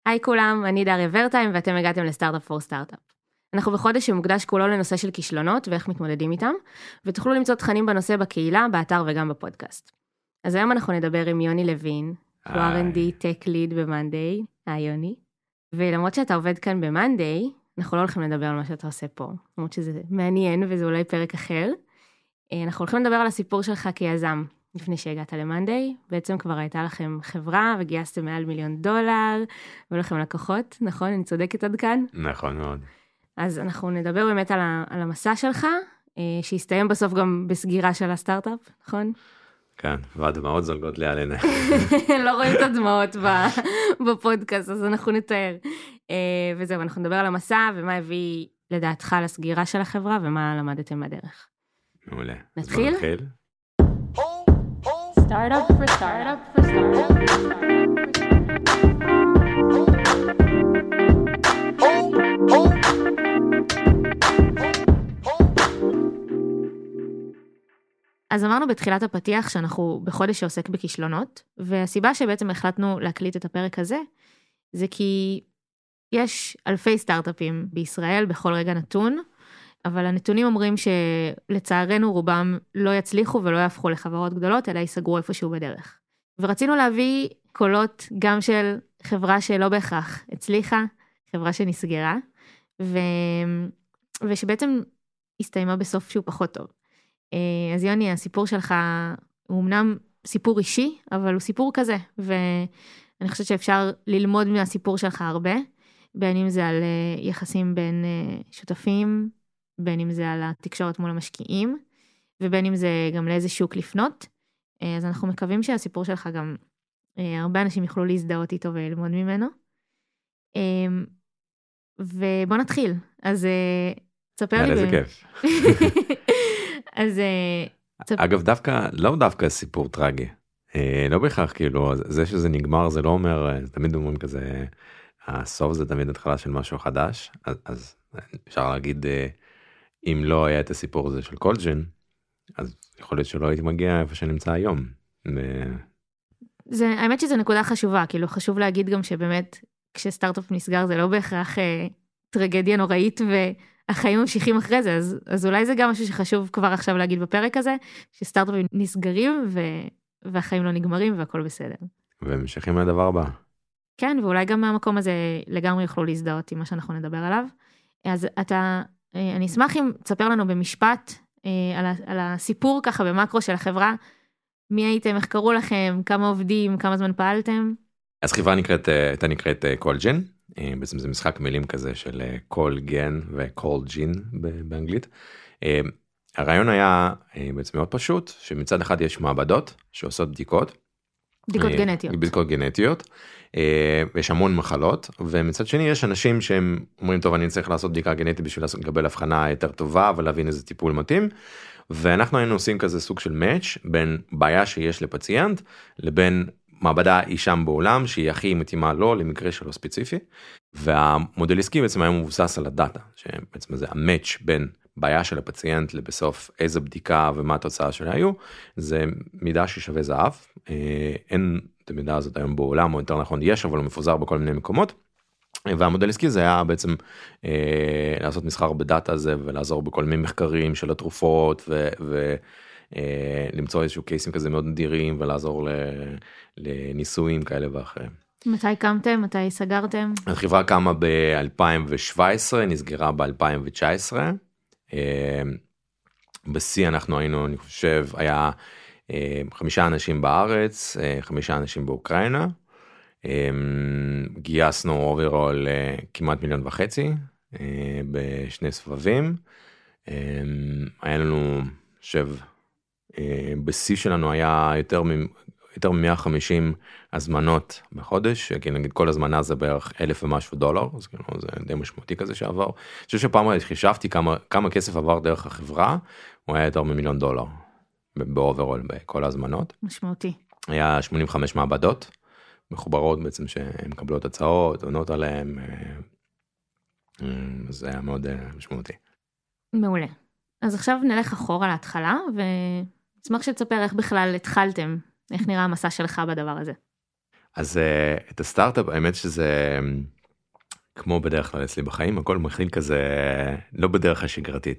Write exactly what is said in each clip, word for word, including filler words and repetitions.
היי כולם, אני דריה ורטיים ואתם הגעתם לסטארט-אפ פור סטארט-אפ. אנחנו בחודש שמוקדש כולו לנושא של כישלונות ואיך מתמודדים איתם, ותוכלו למצוא תכנים בנושא בקהילה, באתר וגם בפודקאסט. אז היום אנחנו נדבר עם יוני לוין, שהוא אר אנד די Tech Lead במאנדיי. היי יוני. ולמרות שאתה עובד כאן במאנדיי, אנחנו לא הולכים לדבר על מה שאתה עושה פה, למרות שזה מעניין וזה אולי פרק אחר. אנחנו הולכים לדבר על הסיפור שלך כיזם. לפני שהגעת למאנדיי, בעצם כבר הייתה לכם חברה, וגייסתם מעל מיליון דולר, והיו לכם לקוחות, נכון? אני צודקת עד כאן? נכון מאוד. אז אנחנו נדבר באמת על, ה, על המסע שלך, שהסתיים בסוף גם בסגירה של הסטארט-אפ, נכון? כן, והדמעות זולגות לי על עיני. לא רואים את הדמעות בפודקאסט, אז אנחנו נתאר. וזהו, אנחנו נדבר על המסע, ומה הביא לדעתך לסגירה של החברה, ומה למדתם בדרך. מעולה. נתחיל? נתחיל? Startup for startup for startup. אז אמרנו בתחילת הפתיח שאנחנו בחודש שעוסק בכישלונות, והסיבה שבעצם החלטנו להקליט את הפרק הזה, זה כי יש אלפי סטארט-אפים בישראל בכל רגע נתון, אבל הנתונים אומרים שלצערנו רובם לא יצליחו ולא יהפכו לחברות גדולות, אלא ייסגרו איפשהו בדרך. ורצינו להביא קולות גם של חברה שלא בהכרח הצליחה, חברה שנסגרה, ו... ושבעצם הסתיימה בסוף שהוא פחות טוב. אז יוני, הסיפור שלך הוא אמנם סיפור אישי, אבל הוא סיפור כזה, ואני חושבת שאפשר ללמוד מהסיפור שלך הרבה, בין אם זה על יחסים בין שותפים, בין אם זה על התקשורת מול המשקיעים, ובין אם זה גם לאיזה שוק לפנות. אז אנחנו מקווים שהסיפור שלך גם, הרבה אנשים יוכלו להזדהות איתו וללמוד ממנו. ובוא נתחיל. אז תספר לי. איזה כיף. אז... אגב, דווקא, לא דווקא סיפור טרגי. לא בהכרח, כאילו, זה שזה נגמר, זה לא אומר, תמיד אומרים כזה, הסוף זה תמיד התחלה של משהו חדש, אז, אז אפשר להגיד, אם לא היה את הסיפור הזה של קולג'ן, אז יכול להיות שלא הייתי מגיע איפה שנמצא היום. זה, האמת שזה נקודה חשובה, כאילו חשוב להגיד גם שבאמת, כשסטארט-אפ נסגר זה לא בהכרח אה, טרגדיה נוראית, והחיים ממשיכים אחרי זה, אז, אז אולי זה גם משהו שחשוב כבר עכשיו להגיד בפרק הזה, שסטארט-אפים נסגרים, ו, והחיים לא נגמרים, והכל בסדר. וממשיכים לדבר הבא. כן, ואולי גם מהמקום הזה לגמרי יוכלו להזדהות עם מה שאנחנו נדבר עליו. אז אתה... אני אשמח אם תספר לנו במשפט על, על הסיפור ככה במקרו של החברה, מי הייתם, איך קראו לכם, כמה עובדים, כמה זמן פעלתם? אז חברה נקראת, הייתה נקראת קולג'ן, בעצם זה משחק מילים כזה של קולגן וקולג'ין באנגלית. הרעיון היה בעצם מאוד פשוט, שמצד אחד יש מעבדות שעושות בדיקות, בדיקות גנטיות. בדיקות גנטיות, ויש המון מחלות, ומצד שני יש אנשים שהם אומרים, טוב, אני צריך לעשות בדיקה גנטית בשביל לקבל הבחנה יותר טובה, ולהבין איזה טיפול מתאים, ואנחנו היינו עושים כזה סוג של מאץ' בין בעיה שיש לפציינט, לבין מעבדה אי שם בעולם, שהיא הכי מתאימה לו למקרה שלו ספציפי, והמודל עסקי בעצם היה מבוסס על הדאטה, שבעצם זה המאץ' בין בעיה של הפציינט לבסוף איזה בדיקה ומה התוצאה שלה היו, זה מידע ששווה זהב, אין את המידע הזאת היום בעולם, או יותר נכון יש, אבל הוא מפוזר בכל מיני מקומות, והמודל עסקי זה היה בעצם אה, לעשות מסחר בדאטה הזה, ולעזור בכל מיני מחקרים של התרופות, ולמצוא אה, איזשהו קייסים כזה מאוד נדירים, ולעזור ל, לניסויים כאלה ואחרים. מתי קמתם? מתי סגרתם? החברה קמה ב-אלפיים שבע עשרה, נסגרה ב-אלפיים תשע עשרה, בשיא אנחנו היינו, אני חושב, היה חמישה אנשים בארץ, חמישה אנשים באוקראינה, גייסנו אוברול כמעט מיליון וחצי, בשני סבבים, היה לנו, חושב, בשיא שלנו היה יותר מ... יותר מ-מאה וחמישים הזמנות בחודש, כי נגיד כל הזמנה זה בערך אלף ומשהו דולר, אז כאילו זה די משמעותי כזה שעבר. אני חושב שפעם חישבתי כמה, כמה כסף עבר דרך החברה, הוא היה יותר ממיליון דולר, באוברול, בכל ההזמנות. משמעותי. היה שמונים וחמש מעבדות, מחוברות בעצם שהן מקבלות הצעות, עונות עליהן, זה היה מאוד משמעותי. מעולה. אז עכשיו נלך אחורה להתחלה, ונשמח שתספר איך בכלל התחלתם, איך נראה המסע שלך בדבר הזה? אז את הסטארט-אפ, האמת שזה כמו בדרך כלל אצלי בחיים, הכל מכין כזה לא בדרך השגרתית.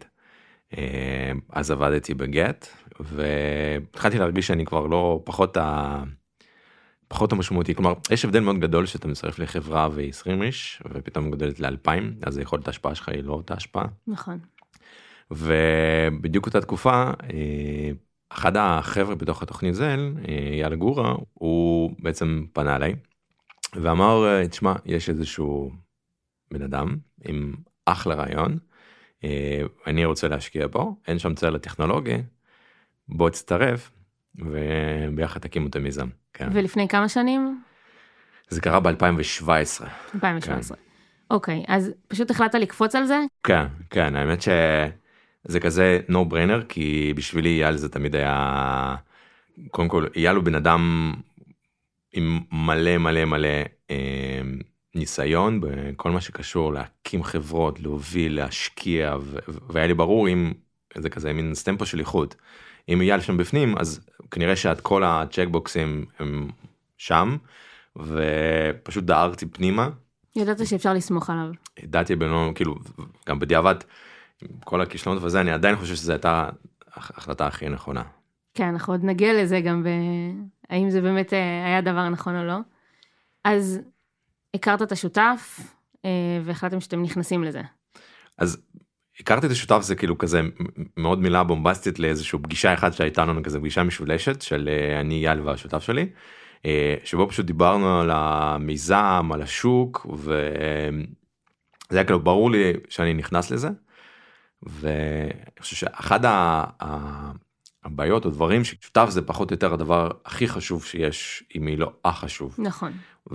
אז עבדתי בגט, והתחלתי להרגיש שאני כבר לא פחות ה... פחות המשמעותי, כלומר, יש הבדל מאוד גדול שאתה מצטרף לחברה ו-עשרים איש, ופתאום גדלת ל-אלפיים, אז יכולת ההשפעה שלך היא לא אותה השפעה. נכון. ובדיוק אותה תקופה, אחד החבר'ה בתוך התוכנית זל, יאל גורה, הוא בעצם פנה אליי, ואמר, תשמע, יש איזשהו בן אדם עם אחלה רעיון, אני רוצה להשקיע בו, אין שם צלע טכנולוגי, בוא תצטרף, וביחד תקימו את המיזם. כן. ולפני כמה שנים? זה קרה ב-אלפיים ושבע עשרה. אלפיים ושבע עשרה. כן. אוקיי, אז פשוט החלטת לקפוץ על זה? כן, כן, האמת שזה כזה no brainer, כי בשבילי אייל זה תמיד היה, קודם כל, אייל הוא בן אדם עם מלא מלא מלא אה, ניסיון, בכל מה שקשור להקים חברות, להוביל, להשקיע, ו- והיה לי ברור אם זה כזה מין סטמפו של איכות. אם אייל שם בפנים, אז כנראה שאת כל הצ'קבוקסים הם שם, ופשוט דארתי פנימה. ידעת שאפשר לסמוך עליו. ידעתי בנו, כאילו, גם בדיעבד, כל הכישלונות וזה, אני עדיין חושב שזו הייתה ההחלטה הכי נכונה. כן, אנחנו עוד נגיע לזה גם, ב... האם זה באמת היה דבר נכון או לא. אז הכרת את השותף, והחלטתם שאתם נכנסים לזה. אז הכרתי את השותף, זה כאילו כזה מאוד מילה בומבסטית לאיזושהי פגישה אחת שהייתה לנו כזה פגישה משולשת של אני אייל והשותף שלי, שבו פשוט דיברנו על המיזם, על השוק, וזה היה כאילו ברור לי שאני נכנס לזה, ואני חושב שאחד הבעיות או דברים ששותף זה פחות או יותר הדבר הכי חשוב שיש, אם היא לא החשוב. נכון.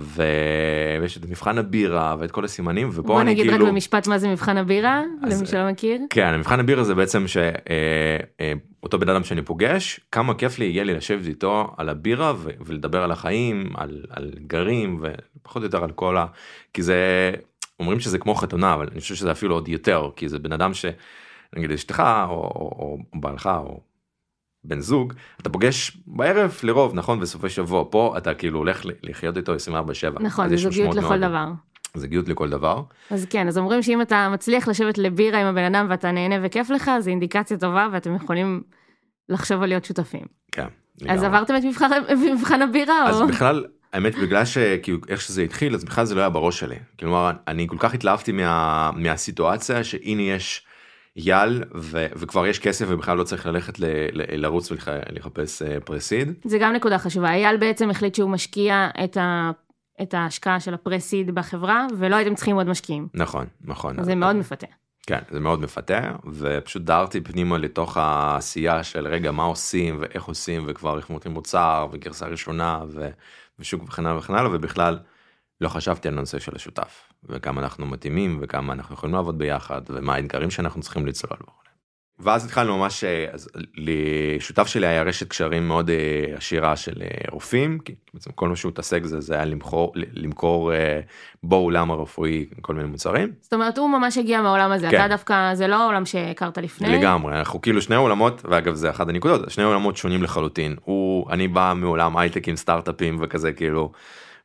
ויש את מבחן הבירה ואת כל הסימנים, ופה בוא אני נגיד כאילו... רק במשפט מה זה מבחן הבירה, למי שלא מכיר. כן, מבחן הבירה זה בעצם שאותו בן אדם שאני פוגש, כמה כיף לי יהיה לי לשבת איתו על הבירה ולדבר על החיים, על גרים ופחות או יותר על כל ה... כי זה, אומרים שזה כמו חתונה, אבל אני חושב שזה אפילו עוד יותר, כי זה בן אדם שנגיד אשתך או בעלך או בן זוג, אתה פוגש בערב לרוב, נכון, בסופי שבוע, פה אתה כאילו הולך לחיות איתו עשרים וארבע שבע. נכון, זה זוגיות לכל דבר. זה זוגיות לכל דבר. אז כן, אז אומרים שאם אתה מצליח לשבת לבירה עם הבן אדם ואתה נהנה וכיף לך, זה אינדיקציה טובה ואתם יכולים לחשוב על להיות שותפים. כן. אז עברתם את מבחן הבירה? אז בכלל, האמת, בגלל שכאילו איך שזה התחיל, אז בכלל זה לא היה בראש שלי. כלומר, אני כל כך התלהבתי מהסיטואציה שהנה יש יל, ו- וכבר יש כסף ובכלל לא צריך ללכת ל- ל- לרוץ ולחפש פרסיד. זה גם נקודה חשובה. אייל בעצם החליט שהוא משקיע את, ה- את ההשקעה של הפרסיד בחברה, ולא הייתם צריכים עוד משקיעים. נכון, נכון. זה מאוד מפתה. כן, זה מאוד מפתה, ופשוט דרתי פנימה לתוך העשייה של רגע מה עושים ואיך עושים, וכבר איך מותרים מוצר וגרסה ראשונה ו- ושוק וכן וכן הלאה, ובכלל לא חשבתי על הנושא של השותף, וכמה אנחנו מתאימים, וכמה אנחנו יכולים לעבוד ביחד, ומה האתגרים שאנחנו צריכים לצלול. ואז התחלנו ממש, אז לשותף שלי היה רשת קשרים מאוד עשירה של רופאים, כי בעצם כל מה שהוא תעסק זה, זה היה למכור, למכור בעולם הרפואי כל מיני מוצרים. זאת אומרת, הוא ממש הגיע מהעולם הזה, כן. אתה דווקא, זה לא העולם שהכרת לפני? לגמרי, אנחנו כאילו שני עולמות, ואגב זה אחד הנקודות, שני עולמות שונים לחלוטין. הוא, אני בא מעולם הייטקים, סטארט-אפים וכזה כאילו,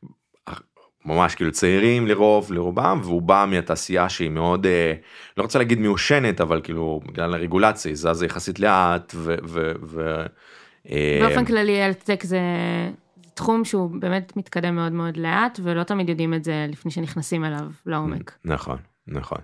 ממש כאילו צעירים לרוב, לרובם, והוא בא מהתעשייה שהיא מאוד, לא רוצה להגיד מיושנת, אבל כאילו בגלל הרגולציה, זה זה יחסית לאט, ו... ו, ו באופן כללי, אלטק זה תחום שהוא באמת מתקדם מאוד מאוד לאט, ולא תמיד יודעים את זה לפני שנכנסים אליו לעומק. נכון, נכון.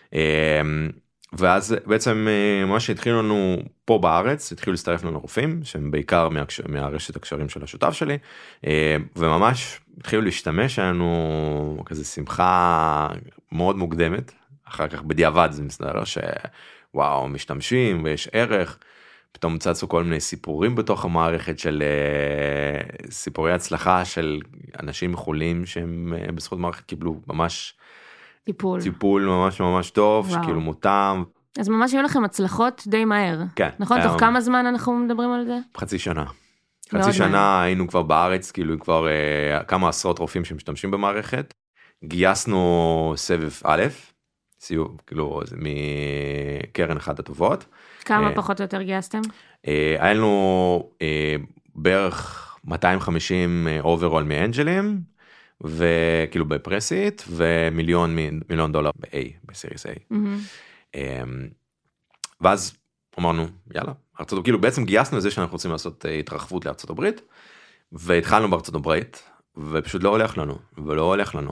ואז בעצם מה שהתחילו לנו פה בארץ, התחילו להצטרף לנו רופאים, שהם בעיקר מהרשת הקשרים של השותף שלי, וממש התחילו להשתמש, היה לנו כזה שמחה מאוד מוקדמת, אחר כך בדיעבד זה מסתדר שוואו, משתמשים ויש ערך, פתאום צצו כל מיני סיפורים בתוך המערכת של סיפורי הצלחה של אנשים חולים שהם בזכות מערכת קיבלו ממש טיפול. טיפול ממש ממש טוב, וואו. שכאילו מותם. אז ממש היו לכם הצלחות די מהר. כן. נכון? תוך כמה זמן אנחנו מדברים על זה? חצי שנה. חצי שנה מהר. היינו כבר בארץ, כאילו כבר אה, כמה עשרות רופאים שמשתמשים במערכת. גייסנו סבב א', סיוב, כאילו, מקרן אחת הטובות. כמה אה, פחות או יותר גייסתם? אה, היה לנו אה, בערך מאתיים וחמישים אוברול מאנג'לים, וכאילו בפרסיט, ומיליון מיליון דולר ב-A, בסיריס A. Mm-hmm. ואז אמרנו, יאללה, ארצות, כאילו בעצם גייסנו לזה שאנחנו רוצים לעשות התרחבות לארצות הברית, והתחלנו בארצות הברית, ופשוט לא הולך לנו, ולא הולך לנו.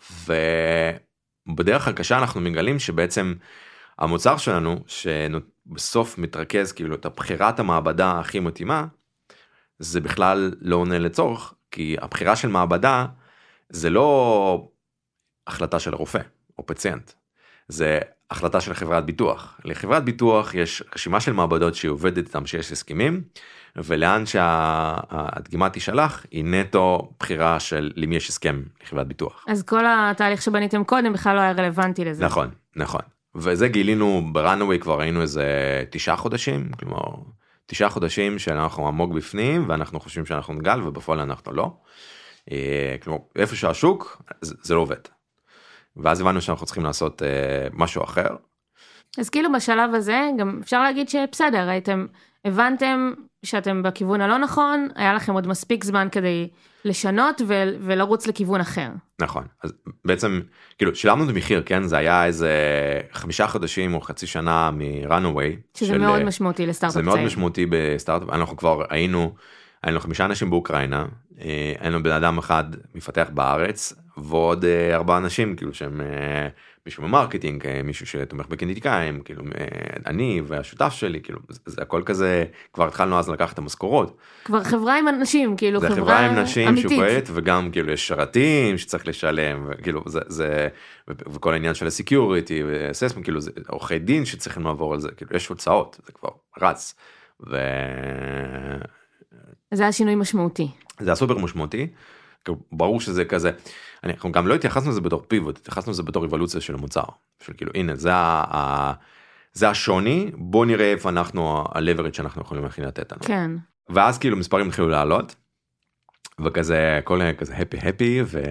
ובדרך הקשה אנחנו מגלים שבעצם המוצר שלנו, שבסוף מתרכז כאילו את הבחירת המעבדה הכי מתאימה, זה בכלל לא עונה לצורך, כי הבחירה של מעבדה, זה לא החלטה של רופא או פציינט, זה החלטה של חברת ביטוח. לחברת ביטוח יש רשימה של מעבדות שהיא עובדת איתם שיש הסכימים, ולאן שהדגימה תשלח היא נטו בחירה של למי יש הסכם לחברת ביטוח. אז כל התהליך שבניתם קודם בכלל לא היה רלוונטי לזה. נכון, נכון. וזה גילינו ברנווי, כבר ראינו איזה תשעה חודשים, כלומר תשעה חודשים שאנחנו עמוק בפנים, ואנחנו חושבים שאנחנו נגל, ובפועל אנחנו לא. כלומר, איפה שהשוק, זה לא עובד. ואז הבנו שאנחנו צריכים לעשות משהו אחר. אז כאילו בשלב הזה, גם אפשר להגיד שבסדר, הייתם, הבנתם שאתם בכיוון הלא נכון, היה לכם עוד מספיק זמן כדי לשנות ו- ולרוץ לכיוון אחר. נכון, אז בעצם, כאילו, שילמנו את המחיר, כן? זה היה איזה חמישה חודשים או חצי שנה מ-Runaway. שזה של, מאוד משמעותי לסטארט-אפ צעיר. זה מאוד משמעותי בסטארט-אפ, אנחנו כבר היינו, היינו חמישה אנשים באוקראינה, היינו בן אדם אחד מפתח בארץ, ועוד ארבעה אנשים, כאילו שהם מישהו במרקטינג, מישהו שתומך בקינטיקאים, כאילו אני והשותף שלי, כאילו זה הכל כזה, כבר התחלנו אז לקחת את המשכורות. כבר חברה עם אנשים, כאילו חברה אמיתית. זה חברה עם נשים שפועלת, וגם כאילו יש שרתים שצריך לשלם, וכאילו זה, זה, וכל העניין של הסקיוריטי, ואססמנט, כאילו זה עורכי דין שצריכים לעבור על זה, כאילו יש הוצאות, זה כבר רץ, ו... זה היה שינוי משמעותי. זה היה סופר משמעותי, ברור שזה כזה, אנחנו גם לא התייחסנו לזה בתור פיבוט, התייחסנו לזה בתור אבולוציה של המוצר, של כאילו, הנה, זה, ה, זה השוני, בוא נראה איפה אנחנו, ה-leverage שאנחנו יכולים להכין לתת לנו. כן. ואז כאילו מספרים התחילו לעלות, וכזה, הכל כזה happy happy, ו...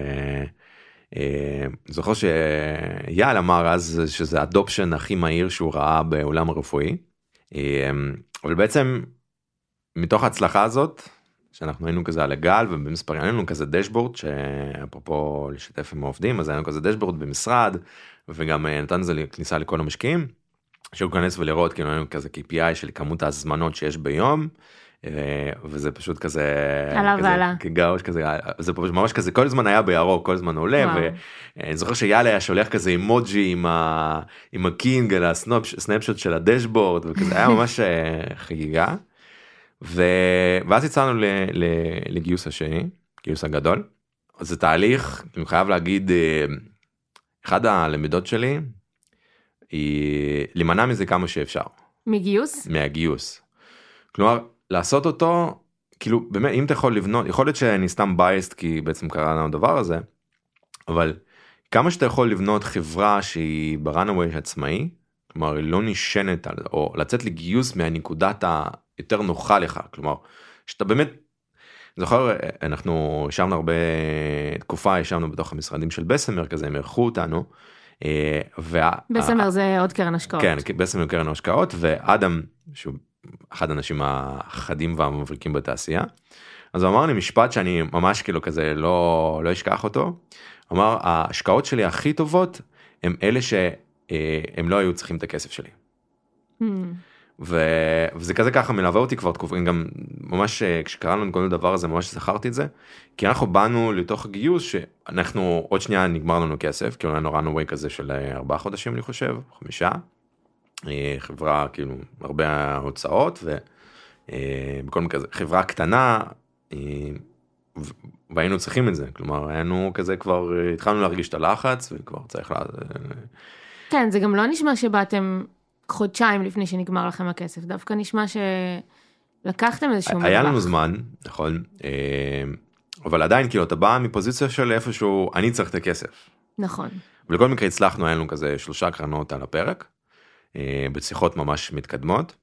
זוכר שיעל אמר אז שזה הדופשן הכי מהיר שהוא ראה בעולם הרפואי, אבל בעצם מתוך ההצלחה הזאת, שאנחנו היינו כזה על הגל, ובמספרים היינו כזה דשבורד, שאפרופו לשתף עם העובדים, אז היינו כזה דשבורד במשרד, וגם נתנו את זה לכניסה לכל המשקיעים, שהוא כנס ולראות, כאילו היינו כזה K P I של כמות ההזמנות שיש ביום, וזה פשוט כזה, עלה ועלה. כגאוש כזה, זה ממש כזה, כל הזמן היה בירוק, כל הזמן עולה, ואני זוכר שיאללה היה שולח כזה אימוג'י עם הקינג, על הסנאפשוט של הדשבורד, וכזה היה ממש חגיגה. ו... ואז יצאנו ל... ל... לגיוס השני, גיוס הגדול. אז זה תהליך, אני חייב להגיד, אחד הלמידות שלי, היא להימנע מזה כמה שאפשר. מגיוס? מהגיוס. כלומר, לעשות אותו, כאילו, באמת, אם אתה יכול לבנות, יכול להיות שאני סתם בייסט, כי בעצם קרה לנו הדבר הזה, אבל כמה שאתה יכול לבנות חברה שהיא ברנווי עצמאי, כלומר, היא לא נשענת, על, או לצאת לגיוס מהנקודת ה... יותר נוחה לך, כלומר, שאתה באמת, זוכר, אנחנו ישבנו הרבה תקופה, ישבנו בתוך המשרדים של בסמר, כזה הם ערכו אותנו. וה... בסמר זה עוד קרן השקעות. כן, בסמר קרן השקעות, ואדם, שהוא אחד האנשים החדים והמבריקים בתעשייה, אז הוא אמר לי משפט שאני ממש כאילו כזה לא, לא אשכח אותו, אמר, ההשקעות שלי הכי טובות, הם אלה שהם לא היו צריכים את הכסף שלי. Hmm. ו- וזה כזה ככה מלווה אותי כבר תקופה, גם ממש כשקראנו את כל הדבר הזה, ממש זכרתי את זה, כי אנחנו באנו לתוך הגיוס שאנחנו, עוד שנייה נגמר לנו כסף, כאילו לנו runaway כזה של ארבעה חודשים אני חושב, חמישה, חברה כאילו הרבה הוצאות, ובכל מקרה כזה, חברה קטנה, והיינו צריכים את זה, כלומר היינו כזה כבר, התחלנו להרגיש את הלחץ, וכבר צריך לה... כן, זה גם לא נשמע שבאתם... חודשיים לפני שנגמר לכם הכסף, דווקא נשמע שלקחתם איזשהו מרווח. היה לנו זמן, נכון, אבל עדיין כאילו אתה בא מפוזיציה של איפשהו, אני צריך את הכסף. נכון. ולכל מקרה הצלחנו, היה לנו כזה שלושה קרנות על הפרק, בשיחות ממש מתקדמות,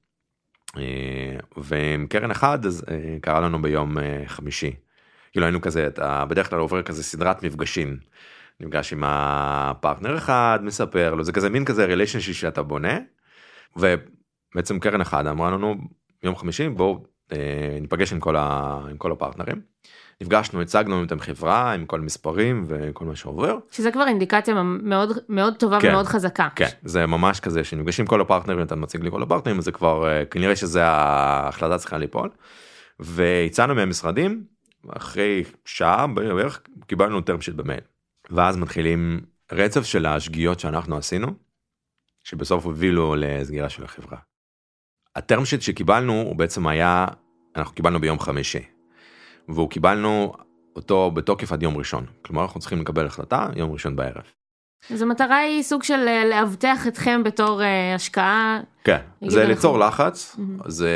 ועם קרן אחד, אז קרה לנו ביום חמישי. כאילו היינו כזה, אתה בדרך כלל עובר כזה סדרת מפגשים, נפגש עם הפרטנר אחד, מספר לו, זה כזה מין כזה ריליישנשיפ שאתה בונה, ובעצם קרן אחד אמרה לנו, יום חמישי, בואו ניפגש עם כל, ה, עם כל הפרטנרים. נפגשנו, הצגנו את החברה עם כל מספרים וכל מה שעובר. שזה כבר אינדיקציה מאוד, מאוד טובה כן, ומאוד חזקה. כן, זה ממש כזה שנפגשים כל הפרטנרים, אתה מציג לי כל הפרטנרים, וזה כבר, כנראה שזה ההחלטה צריכה ליפול. והצענו מהמשרדים, אחרי שעה בערך קיבלנו term sheet במייל. ואז מתחילים רצף של השגיאות שאנחנו עשינו, שבסוף הובילו לסגירה של החברה. ה-term sheet שקיבלנו הוא בעצם היה, אנחנו קיבלנו ביום חמישי. והוא קיבלנו אותו בתוקף עד יום ראשון. כלומר, אנחנו צריכים לקבל החלטה יום ראשון בערב. אז המטרה היא סוג של להבטח אתכם בתור uh, השקעה. כן, זה ליצור לחץ, mm-hmm. זה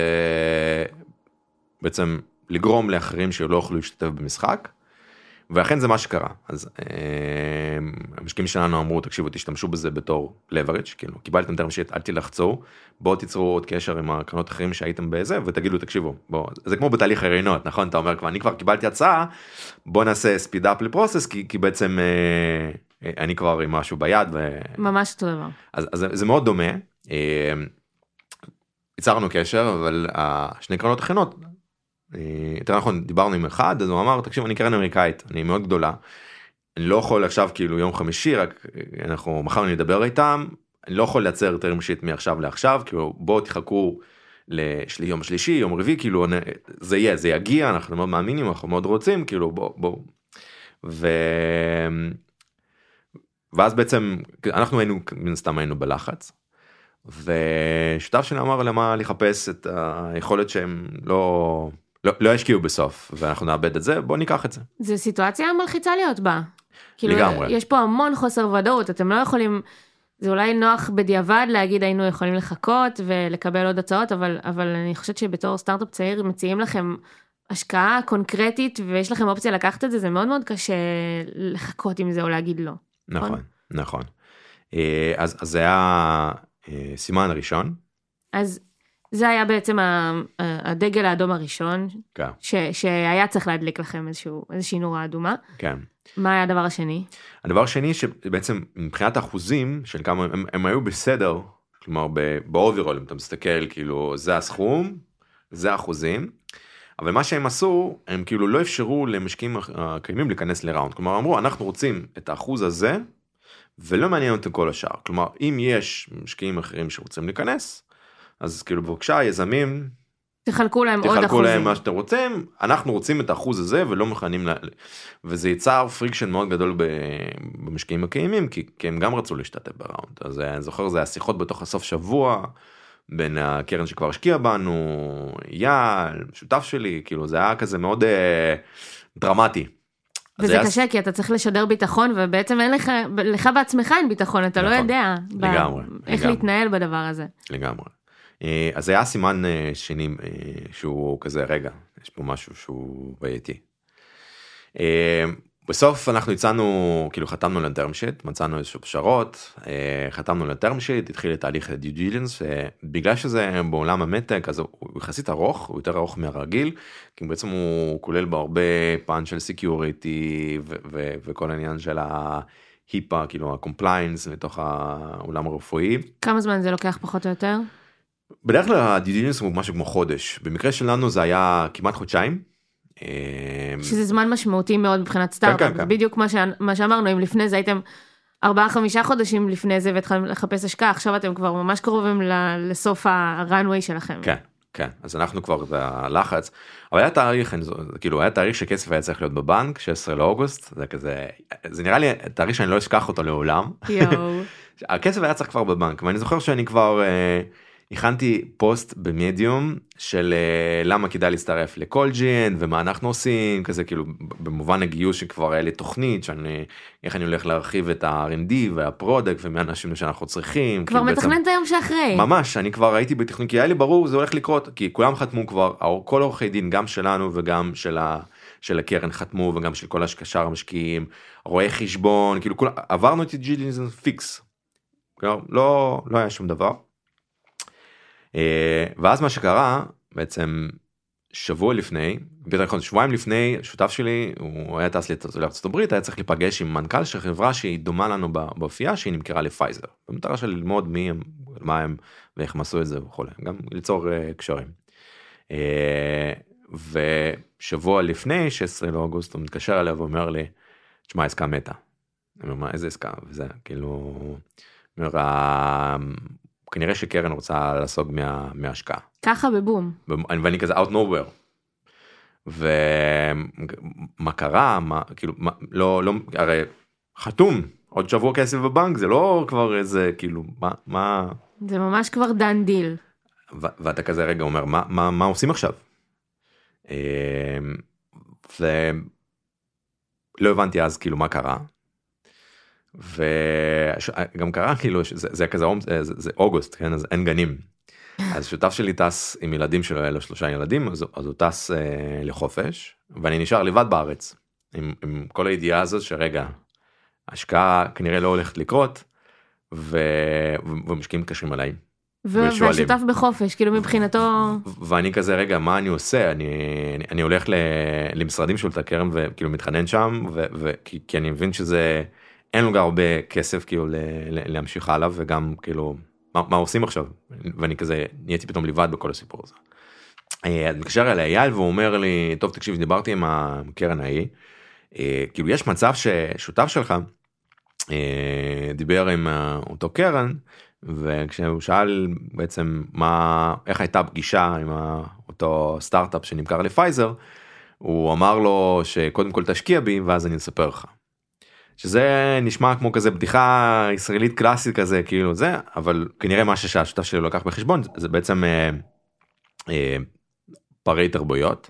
בעצם לגרום לאחרים שלא יוכלו להשתתף במשחק, ואכן זה מה שקרה. אז אה, המשקיעים שלנו אמרו, תקשיבו, תשתמשו בזה בתור leverage, כאילו, קיבלתם term sheet, אל תלחצו, בואו תיצרו עוד קשר עם הקרנות אחרים שהייתם בזה, ותגידו, תקשיבו, בואו, זה כמו בתהליך הראיונות, נכון? אתה אומר, כבר, אני כבר קיבלתי הצעה, בואו נעשה speed up לפרוסס, כי, כי בעצם אה, אני כבר עם משהו ביד. ו... ממש אותו דבר. אז, אז זה מאוד דומה. אה, יצרנו קשר, אבל השני קרנות אחרות, יותר נכון, דיברנו עם אחד, אז הוא אמר, תקשיב, אני קרן אמריקאית, אני מאוד גדולה, אני לא יכול עכשיו כאילו יום חמישי, רק אנחנו מחר נדבר איתם, אני לא יכול לייצר term sheet מעכשיו לעכשיו, כאילו בואו תחכו ליום שלישי, יום רביעי, כאילו זה יהיה, זה יגיע, אנחנו מאוד מאמינים, אנחנו מאוד רוצים, כאילו בואו, בואו. ו... ואז בעצם, אנחנו היינו, מן סתם היינו בלחץ, ושותף שלי אמר למה לחפש את היכולת שהם לא... לא, לא ישקיעו בסוף, ואנחנו נאבד את זה, בואו ניקח את זה. זו סיטואציה מלחיצה להיות בה. כאילו, לגמרי. יש פה המון חוסר ודאות, אתם לא יכולים, זה אולי נוח בדיעבד להגיד, היינו יכולים לחכות ולקבל עוד הצעות, אבל, אבל אני חושבת שבתור סטארט-אפ צעיר מציעים לכם השקעה קונקרטית, ויש לכם אופציה לקחת את זה, זה מאוד מאוד קשה לחכות עם זה או להגיד לא. נכון, נכון. נכון. אז, אז זה היה סימן הראשון. אז זה היה בעצם הדגל האדום הראשון, כן. ש, שהיה צריך להדליק לכם איזשהו, איזושהי נורה אדומה. כן. מה היה הדבר השני? הדבר השני שבעצם מבחינת האחוזים של כמה, הם, הם היו בסדר, כלומר באוברול, אם אתה מסתכל, כאילו זה הסכום, זה האחוזים, אבל מה שהם עשו, הם כאילו לא אפשרו למשקיעים הקיימים להיכנס לראונד, כלומר אמרו, אנחנו רוצים את האחוז הזה, ולא מעניין אותם כל השאר, כלומר אם יש משקיעים אחרים שרוצים להיכנס, אז כאילו בבקשה, יזמים, תחלקו להם עוד אחוזים. תחלקו להם מה שאתם רוצים, אנחנו רוצים את האחוז הזה ולא מוכנים, לה... וזה יצר פריקשן מאוד גדול במשקיעים הקיימים, כי, כי הם גם רצו להשתתף בראונד. אז אני זוכר, זה השיחות בתוך הסוף שבוע, בין הקרן שכבר השקיע בנו, יעל, שותף שלי, כאילו זה היה כזה מאוד אה, דרמטי. וזה קשה, היה... כי אתה צריך לשדר ביטחון, ובעצם אין לך, לך בעצמך אין ביטחון, אתה נכון, לא יודע לגמרי, ב... איך לגמרי. להתנהל בדבר הזה. לגמרי. אז זה היה סימן שני שהוא כזה, רגע, יש פה משהו שהוא בעייתי. בסוף אנחנו הצענו, כאילו חתמנו לטרם שיט, מצאנו איזשהו פשרות, חתמנו לטרם שיט, התחיל את תהליך דיו דיליג'נס, ובגלל שזה בעולם המטק, אז הוא יחסית ארוך, הוא יותר ארוך מהרגיל, כי בעצם הוא כולל בהרבה פן של סקיוריטי, וכל העניין של ההיפה, כאילו הקומפליינס, לתוך העולם הרפואי. כמה זמן זה לוקח פחות או יותר? בדרך כלל הדיליג'נס הוא משהו כמו חודש, במקרה שלנו זה היה כמעט חודשיים. שזה זמן משמעותי מאוד מבחינת סטארט-אפ, זה בדיוק מה שאמרנו, אם לפני זה הייתם ארבעה חמישה חודשים לפני זה והתחלתם לחפש השקעה, עכשיו אתם כבר ממש קרובים לסוף הרנווי שלכם. כן, כן, אז אנחנו כבר בלחץ, אבל היה תאריך, כאילו היה תאריך שכסף היה צריך להיות בבנק, שישה עשר לאוגוסט, זה כזה, זה נראה לי תאריך שאני לא אשכח אותו לעולם. יואו. הכסף היה צריך כבר בבנק, ואני זוכר שאני כבר... הכנתי פוסט במדיום של למה כדאי להצטרף לקולג'ין ומה אנחנו עושים, כזה כאילו במובן הגיוס שכבר היה לי תוכנית, שאני, איך אני הולך להרחיב את ה-אר אנד די והפרודקט ומי האנשים שאנחנו צריכים. כבר כאילו מתכנן את היום שאחרי. ממש, אני כבר הייתי בתכנון, כי היה לי ברור זה הולך לקרות, כי כולם חתמו כבר, כל עורכי דין, גם שלנו וגם של, ה, של הקרן חתמו, וגם של כל השקשר המשקיעים, רואי חשבון, כאילו כול, עברנו את דיליג'נס פיקס. לא, לא היה שום דבר. ואז מה שקרה, בעצם שבוע לפני, שבועיים לפני, שותף שלי, הוא היה טס לארצות הברית, היה צריך להיפגש עם מנכ"ל של חברה שהיא דומה לנו באופייה, שהיא נמכרה לפייזר. במטרה של ללמוד מי הם, מה הם, ואיך הם עשו את זה וכו', גם ליצור קשרים. ושבוע לפני שישה עשר לאוגוסט הוא מתקשר אליו ואומר לי, תשמע, העסקה מתה. אני אומר, איזה עסקה? וזה כאילו, אומר, כנראה שקרן רוצה לסוג מה, מההשקעה. ככה בבום. ואני כזה out nowhere. ומה קרה? מה, כאילו, מה, לא, לא, הרי חתום, עוד שבוע כסף בבנק, זה לא כבר איזה, כאילו, מה, מה... זה ממש כבר דן דיל. ו- ואתה כזה רגע אומר, מה, מה, מה עושים עכשיו? ולא הבנתי אז, כאילו, מה קרה. וגם קרה, כאילו, זה, זה כזה, זה, זה אוגוסט, כן? אז אין גנים. אז שותף שלי טס עם ילדים שלו, אלו שלושה ילדים, אז, אז הוא טס אה, לחופש, ואני נשאר לבד בארץ, עם, עם כל הידיעה הזאת שרגע, השקעה כנראה לא הולכת לקרות, ו... ומשקיעים מתקשרים עליי. ו... והשותף בחופש, כאילו מבחינתו... ואני כזה, רגע, מה אני עושה? אני, אני, אני הולך ל... למשרדים של הקרן, וכאילו מתחנן שם, ו... ו... כי, כי אני מבין שזה, אין לו גם הרבה כסף, כאילו, ל... להמשיך הלאה, וגם, כאילו... מה, מה עושים עכשיו? ואני כזה, נהייתי פתאום לבד בכל הסיפור הזה. אני מתקשר אליי אייל, והוא אומר לי, טוב, תקשיב, דיברתי עם הקרן ההיא, כאילו יש מצב ששותף שלך דיבר עם אותו קרן, וכשהוא שאל בעצם מה, איך הייתה פגישה עם אותו סטארט-אפ שנמכר לפייזר, הוא אמר לו שקודם כל תשקיע בי, ואז אני אספר לך. שזה נשמע כמו כזה בדיחה ישראלית קלאסית כזה, כאילו זה, אבל כנראה מה שהשותף שלי לקח בחשבון, זה בעצם אה, אה, פרי תרבויות,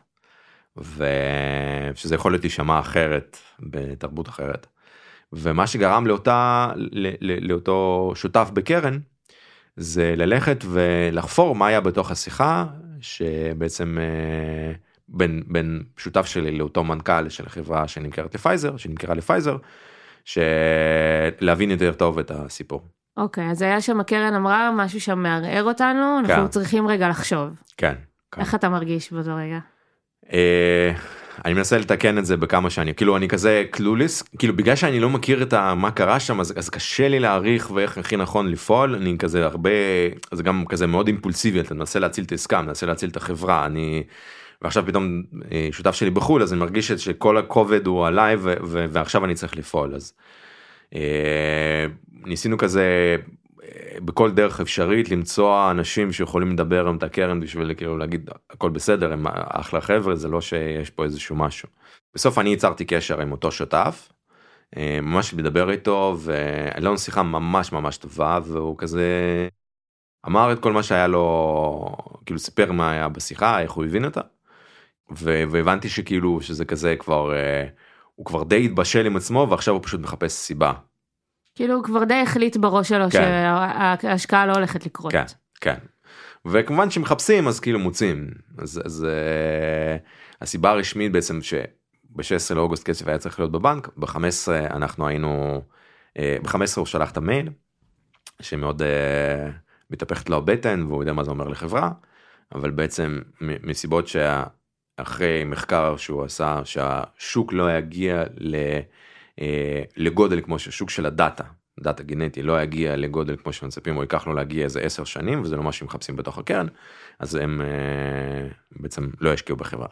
ושזה יכול להיות להישמע אחרת, בתרבות אחרת. ומה שגרם לאותה, לא, לא, לאותו שותף בקרן, זה ללכת ולחפור מה היה בתוך השיחה, שבעצם אה, בין, בין שותף שלי לאותו מנכ"ל של החברה שנמכרת לפייזר, שנמכרה לפייזר, שלהבין יותר טוב את הסיפור. אוקיי, אז היה שם הקרן אמרה משהו שם מערער אותנו, אנחנו כן. צריכים רגע לחשוב. כן, כן. איך אתה מרגיש באותו רגע? אה, אני מנסה לתקן את זה בכמה שנים, כאילו אני כזה קלוליס, כאילו בגלל שאני לא מכיר את מה קרה שם, אז, אז קשה לי להעריך ואיך הכי נכון לפעול, אני כזה הרבה, זה גם כזה מאוד אימפולסיבי, אתה מנסה להציל את העסקה, מנסה להציל את החברה, אני... ועכשיו פתאום שותף שלי בחול, אז אני מרגיש שכל הכובד הוא עליי, ו- ו- ועכשיו אני צריך לפעול. אז אה, ניסינו כזה, בכל דרך אפשרית, למצוא אנשים שיכולים לדבר עם את הקרן, בשביל כאילו להגיד, הכל בסדר, הם אחלה חבר'ה, זה לא שיש פה איזשהו משהו. בסוף אני יצרתי קשר עם אותו שותף, אה, ממש לדבר איתו, ולא שיחה ממש ממש טובה, והוא כזה... אמר את כל מה שהיה לו, כאילו סיפר מה היה בשיחה, איך הוא הבין אותה, והבנתי שכאילו שזה כזה כבר, הוא כבר די התבשל עם עצמו, ועכשיו הוא פשוט מחפש סיבה. כאילו הוא כבר די החליט בראש שלו, כן. שההשקעה לא הולכת לקרות. כן, כן. וכמובן שמחפשים, אז כאילו מוצאים. אז, אז הסיבה הרשמית בעצם שב-שישה עשר לאוגוסט כסף היה צריך להיות בבנק, ב-חמש עשרה אנחנו היינו, ב-חמש עשרה הוא שלח את המייל, שמאוד... מתהפכת לו הבטן, והוא יודע מה זה אומר לחברה, אבל בעצם מסיבות שאחרי מחקר שהוא עשה, שהשוק לא יגיע לגודל כמו ששוק של הדאטה, דאטה גנטי, לא יגיע לגודל כמו שמצפים, או ייקח לו להגיע איזה עשר שנים, וזה לא מה שמחפשים בתוך הקרן, אז הם בעצם לא ישקיעו בחברה.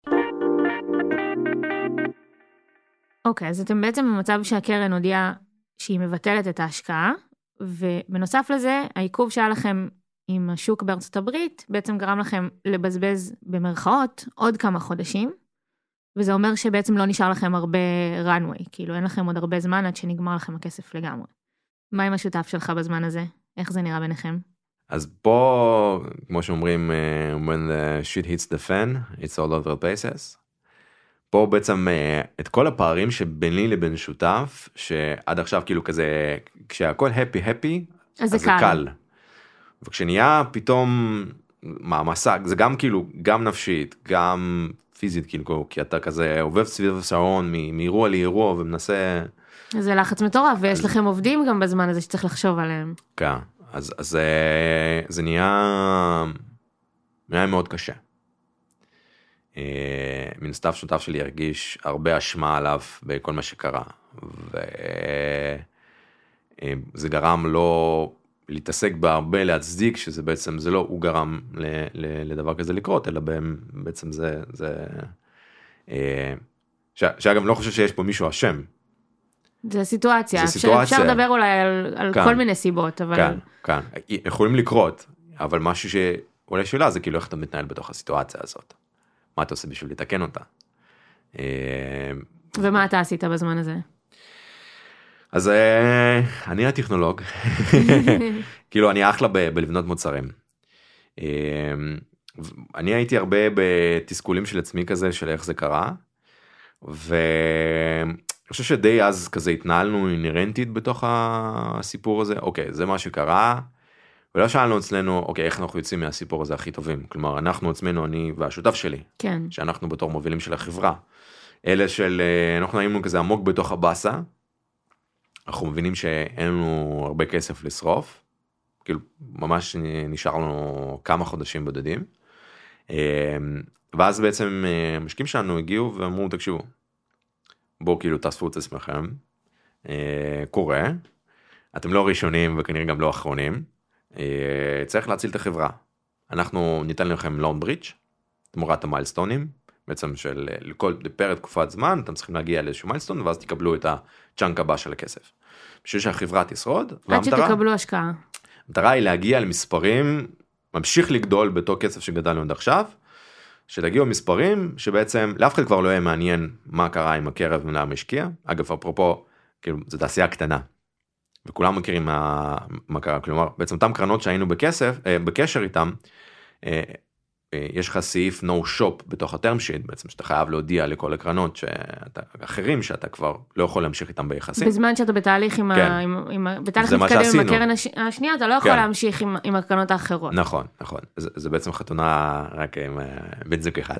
אוקיי, אז אתם בעצם במצב שהקרן הודיעה שהיא מבטלת את ההשקעה, ובנוסף לזה, העיכוב שהיה לכם עם השוק בארצות הברית, בעצם גרם לכם לבזבז במרכאות עוד כמה חודשים, וזה אומר שבעצם לא נשאר לכם הרבה runway, כאילו אין לכם עוד הרבה זמן עד שנגמר לכם הכסף לגמרי. מה עם השותף שלך בזמן הזה? איך זה נראה ביניכם? אז פה, כמו שאומרים, uh, when the shit hits the fan, it's all over places. פה בעצם את כל הפערים שביני לבין שותף, שעד עכשיו כאילו כזה, כשהכל happy happy, אז זה קל. קל. וכשנהיה פתאום מעמסה, זה גם כאילו, גם נפשית, גם פיזית, כאילו, כי אתה כזה עובב סביב השעון, מאירוע לאירוע, ומנסה... זה לחץ מטורף, ויש לכם עובדים גם בזמן הזה שצריך לחשוב עליהם. כן, אז, אז זה נהיה, נהיה מאוד קשה. מן סתם שותף שלי הרגיש הרבה אשמה עליו בכל מה שקרה, וזה גרם לו להתעסק בהרבה להצדיק שזה בעצם זה לא הוא גרם ל, ל, לדבר כזה לקרות אלא בעצם זה זה אה, ש, שאגב לא חושב שיש פה מישהו אשם. זה סיטואציה, זה סיטואציה. אפשר לדבר אולי על, על כל מיני סיבות, אבל... כן, כן, יכולים לקרות, אבל משהו שאולי שאלה זה כאילו איך אתה מתנהל בתוך הסיטואציה הזאת, מה אתה עושה בשביל לתקן אותה. ומה אתה עשית בזמן הזה? אז אני הטכנולוג, כאילו אני אחלה בלבנות מוצרים. אני הייתי הרבה בתסכולים של עצמי כזה, של איך זה קרה, ואני חושב שדי אז כזה התנהלנו אינרנטית בתוך הסיפור הזה, אוקיי, זה מה שקרה, ולא שאלנו אצלנו, אוקיי, איך אנחנו יוצאים מהסיפור הזה הכי טובים, כלומר, אנחנו עצמנו, אני והשותף שלי, כן. שאנחנו בתור מובילים של החברה, אלה של, אנחנו היינו כזה עמוק בתוך הבאסה, אנחנו מבינים שאין לנו הרבה כסף לשרוף, כאילו ממש נשאר לנו כמה חודשים בודדים, ואז בעצם המשקיעים שלנו הגיעו ואמרו, תקשיבו, בואו כאילו תאספו את עצמכם, קורה, אתם לא ראשונים וכנראה גם לא אחרונים, צריך להציל את החברה, אנחנו ניתן לכם לון ברידג' תמורת המיילסטונים, בעצם של לכל פרק תקופת זמן, אתם צריכים להגיע לאיזשהו מיילסטון, ואז תקבלו את הצ'אנק הבא של הכסף. בשביל שהחברה תשרוד, עד שתקבלו השקעה. המטרה היא להגיע למספרים, ממשיך לגדול באותו כסף שגדלנו עד עכשיו, שתגיעו מספרים שבעצם לאף אחד כבר לא יהיה מעניין מה קרה עם הקרב ולמה משקיע. אגב, אפרופו, כאילו, זו תעשייה קטנה, וכולם מכירים מה, מה קרה. כלומר, בעצם אותם קרנות שהיינו בכסף, בקשר איתם, יש לך סעיף no shop בתוך הטרם שיט, בעצם שאתה חייב להודיע לכל הקרנות שאתה, אחרים שאתה כבר לא יכול להמשיך איתם ביחסים. בזמן שאתה בתהליך עם, כן. ה, עם, עם, בתהליך מתקדם עם הקרן הש, השנייה, אתה לא יכול כן. להמשיך עם, עם הקרנות האחרות. נכון, נכון. זה, זה בעצם חתונה רק עם בן זוג אחד.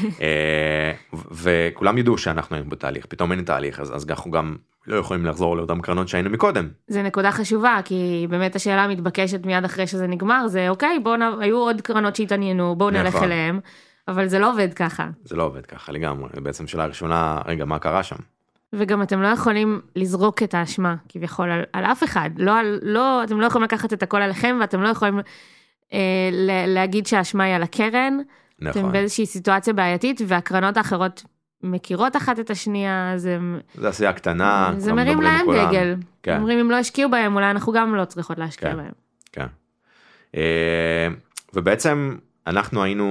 וכולם ידעו שאנחנו היינו בתהליך, פתאום אין תהליך, אז, אז אנחנו גם לא יכולים לחזור לאותם קרנות שהיינו מקודם. זה נקודה חשובה, כי באמת השאלה המתבקשת מיד אחרי שזה נגמר, זה אוקיי, בואו, היו עוד קרנות שהתעניינו, בואו נלך נכון. אליהם, אבל זה לא עובד ככה. זה לא עובד ככה לגמרי, בעצם שאלה ראשונה, רגע, מה קרה שם? וגם אתם לא יכולים לזרוק את האשמה, כביכול, על, על אף אחד, לא, לא, אתם לא יכולים לקחת את הכל עליכם, ואתם לא יכולים אה, להגיד שהאשמה היא על הקרן, נכון. אתם באיזושהי סיטואציה בעייתית, והקרנות האחרות מכירות אחת את השנייה, זה... זה עשייה קטנה. זה מרים להם דגל. כן. אומרים, אם לא השקיעו בהם, אולי אנחנו גם לא צריכות להשקיע כן. בהם. כן. ובעצם אנחנו היינו,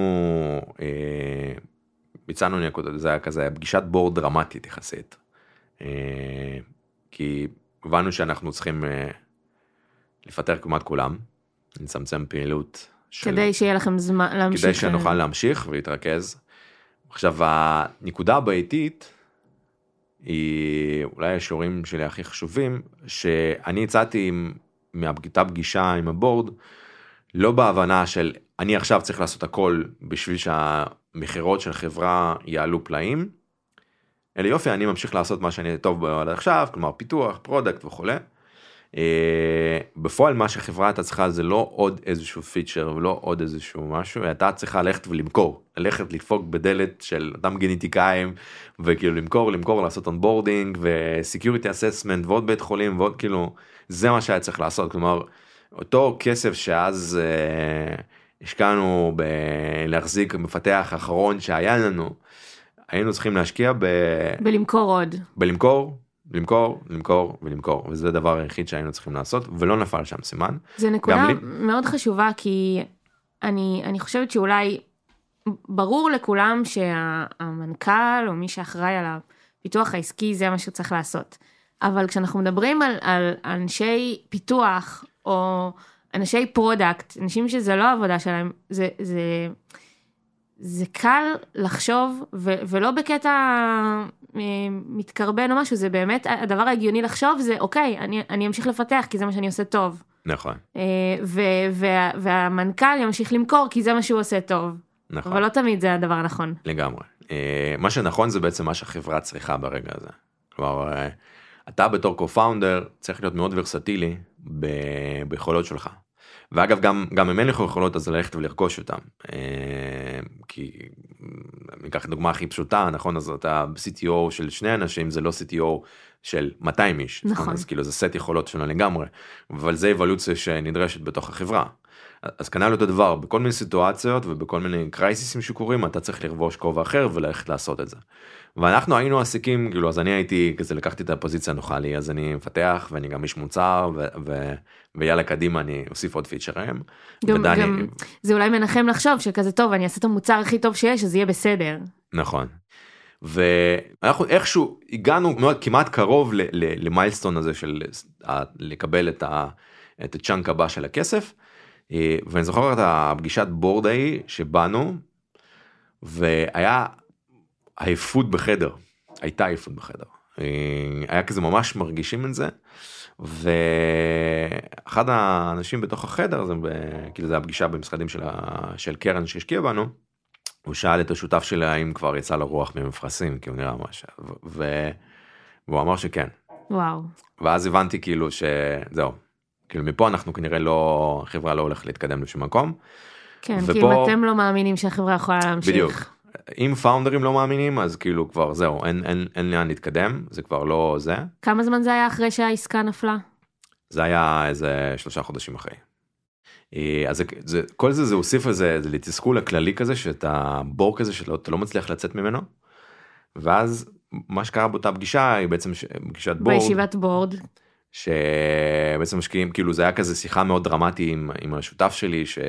ביצענו נקודות, זה היה כזה, פגישת בורד דרמטית יחסית. כי הבנו שאנחנו צריכים לפטר כמעט כולם, לצמצם פעילות. כדי שיהיה לכם זמן להמשיך. כדי שנוכל להמשיך ולהתרכז. עכשיו, הנקודה הבעייתית היא אולי השיעורים שלי הכי חשובים, שאני הצעתי מהפגישה פגישה עם הבורד, לא בהבנה של אני עכשיו צריך לעשות הכל בשביל שהמחירות של חברה יעלו פלאים, אלא יופי, אני ממשיך לעשות מה שאני טוב בו עד עכשיו, כלומר פיתוח, פרודקט וכו'. בפועל מה שחברה אתה צריכה זה לא עוד איזשהו פיצ'ר ולא עוד איזשהו משהו, אתה צריכה ללכת ולמכור, ללכת לדפוק בדלת של אותם גנטיקאים וכאילו למכור, למכור, לעשות אונבורדינג וסקיוריטי אססמנט ועוד בית חולים ועוד כאילו, זה מה שהיה צריך לעשות, כלומר אותו כסף שאז אה, השקענו בלהחזיק מפתח האחרון שהיה לנו, היינו צריכים להשקיע ב... בלמכור עוד. בלמכור. למכור, למכור ולמכור, וזה הדבר היחיד שהיינו צריכים לעשות, ולא נפל שם סימן. זה נקודה לי... מאוד חשובה, כי אני, אני חושבת שאולי ברור לכולם שהמנכ"ל או מי שאחראי על הפיתוח העסקי זה מה שצריך לעשות. אבל כשאנחנו מדברים על, על אנשי פיתוח או אנשי פרודקט, אנשים שזה לא העבודה שלהם, זה, זה, זה קל לחשוב, ו, ולא בקטע מתקרבן או משהו, זה באמת הדבר ההגיוני לחשוב, זה אוקיי, אני, אני אמשיך לפתח, כי זה מה שאני עושה טוב. נכון. ו, וה, והמנכ"ל ימשיך למכור, כי זה מה שהוא עושה טוב. נכון. אבל לא תמיד זה הדבר הנכון. לגמרי. מה שנכון זה בעצם מה שהחברה צריכה ברגע הזה. כלומר, אתה בתור קו-פאונדר צריך להיות מאוד ורסטילי ב- ביכולות שלך. ואגב, גם, גם אם אין לך יכולות, אז ללכת ולרכוש אותם. כי, ניקח דוגמה הכי פשוטה, נכון? אז אתה סי טי או של שני אנשים, זה לא סי טי או של מאתיים איש. נכון. אז כאילו זה סט יכולות שלנו לגמרי, אבל זה אבולוציה שנדרשת בתוך החברה. אז כנ"ל אותו דבר, בכל מיני סיטואציות ובכל מיני קרייסיסים שקורים, אתה צריך לרבוש כובע אחר וללכת לעשות את זה. ואנחנו היינו עסקים, כאילו, אז אני הייתי, כזה לקחתי את הפוזיציה הנוחה לי, אז אני מפתח ואני גם איש מוצר, ו- ו- ויאללה קדימה אני אוסיף עוד פיצ'רים. גם, ודני... גם זה אולי מנחם לחשוב שכזה טוב, אני אעשה את המוצר הכי טוב שיש, אז יהיה בסדר. נכון. ואנחנו איכשהו הגענו מאוד כמעט קרוב למיילסטון הזה של לקבל את, ה- את הצ'אנק הבא של הכסף, ואני זוכר את הפגישת בורד ההיא שבאנו, והיה עייפות בחדר, הייתה עייפות בחדר, היה כזה ממש מרגישים את זה, ואחד האנשים בתוך החדר, זה, כאילו זה הפגישה במשרדים של, ה, של קרן שהשקיע בנו, הוא שאל את השותף שלה אם כבר יצא לרוח ממפרסים, כי הוא נראה משהו, ו... והוא אמר שכן. וואו. ואז הבנתי כאילו שזהו, כאילו מפה אנחנו כנראה לא, החברה לא הולכת להתקדם לשום מקום. כן, ופה... כי אם אתם לא מאמינים שהחברה יכולה להמשיך. בדיוק. אם פאונדרים לא מאמינים, אז כאילו כבר זהו, אין, אין, אין לאן להתקדם, זה כבר לא זה. כמה זמן זה היה אחרי שהעסקה נפלה? זה היה איזה שלושה חודשים אחרי. אז זה, זה, כל זה זה הוסיף איזה, זה לתסכול הכללי כזה, שאתה בור כזה שאתה לא מצליח לצאת ממנו, ואז מה שקרה באותה פגישה, היא בעצם פגישת בורד. בישיבת בורד. שבעצם משקיעים, כאילו זה היה כזה שיחה מאוד דרמטי עם, עם השותף שלי, ש...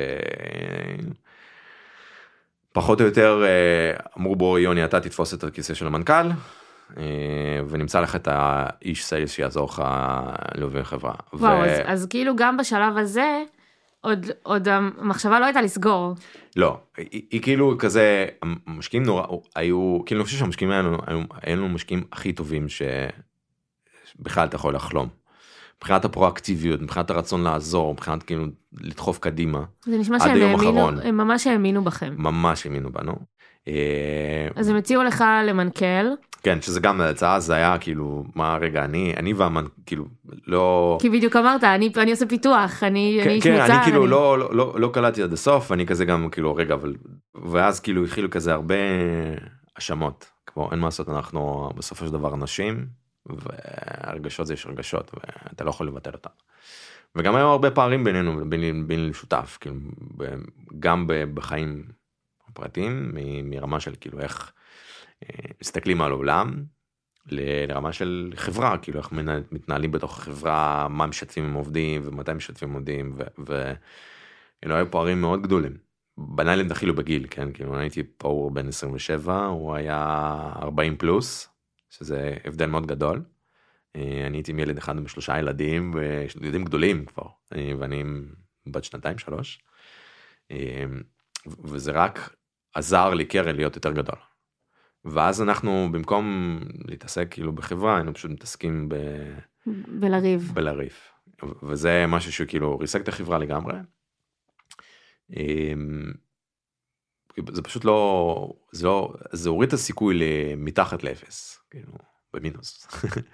פחות או יותר אמרו בו, יוני, אתה תתפוס את הכיסא של המנכ"ל, ונמצא לך את האיש סיילס שיעזור לך להוביל חברה. וואו, ו... אז, אז כאילו גם בשלב הזה, עוד, עוד המחשבה לא הייתה לסגור. לא, היא, היא כאילו כזה, המשקיעים נורא, היו, כאילו אני חושב שהמשקיעים האלו, היו, היו לנו משקיעים הכי טובים שבכלל אתה יכול לחלום. מבחינת הפרואקטיביות, מבחינת הרצון לעזור, מבחינת כאילו לדחוף קדימה. זה נשמע שהם האמינו, הם ממש האמינו בכם. ממש האמינו בנו. אז הם הציעו לך למנכ"ל. כן, שזה גם הצעה, זה היה כאילו, מה רגע, אני, אני והמנ... כאילו, לא... כי בדיוק אמרת, אני, אני עושה פיתוח, אני, כן, אני איש כן, מוצר. אני כאילו אני... לא, לא, לא, לא קלטתי עד הסוף, אני כזה גם כאילו, רגע, אבל... ואז כאילו התחילו כזה הרבה אשמות, כמו אין מה לעשות, אנחנו בסופו של דבר אנשים, והרגשות זה יש רגשות, ואתה לא יכול לבטל אותם. וגם היו הרבה פערים בינינו, בין, בין שותף, כאילו, גם בחיים הפרטיים, מרמה של כאילו איך מסתכלים על העולם, לרמה של חברה, כאילו איך מתנהלים בתוך החברה, מה משתפים עם עובדים, ומתי משתפים עם עובדים, והיו פערים מאוד גדולים. בנאלנד הכילו בגיל, כן, כאילו אני הייתי פה בן עשרים ושבע, הוא היה ארבעים פלוס, שזה הבדל מאוד גדול. אני הייתי עם ילד אחד עם שלושה ילדים, וילדים גדולים כבר, ואני עם בת שנתיים, שלוש. וזה רק עזר לי קרן להיות יותר גדול. ואז אנחנו, במקום להתעסק כאילו בחברה, היינו פשוט מתעסקים ב... בלריב. בלריב. וזה משהו שכאילו ריסק את החברה לגמרי. זה פשוט לא, זה לא, זה הוריד את הסיכוי מתחת לאפס, כאילו, במינוס.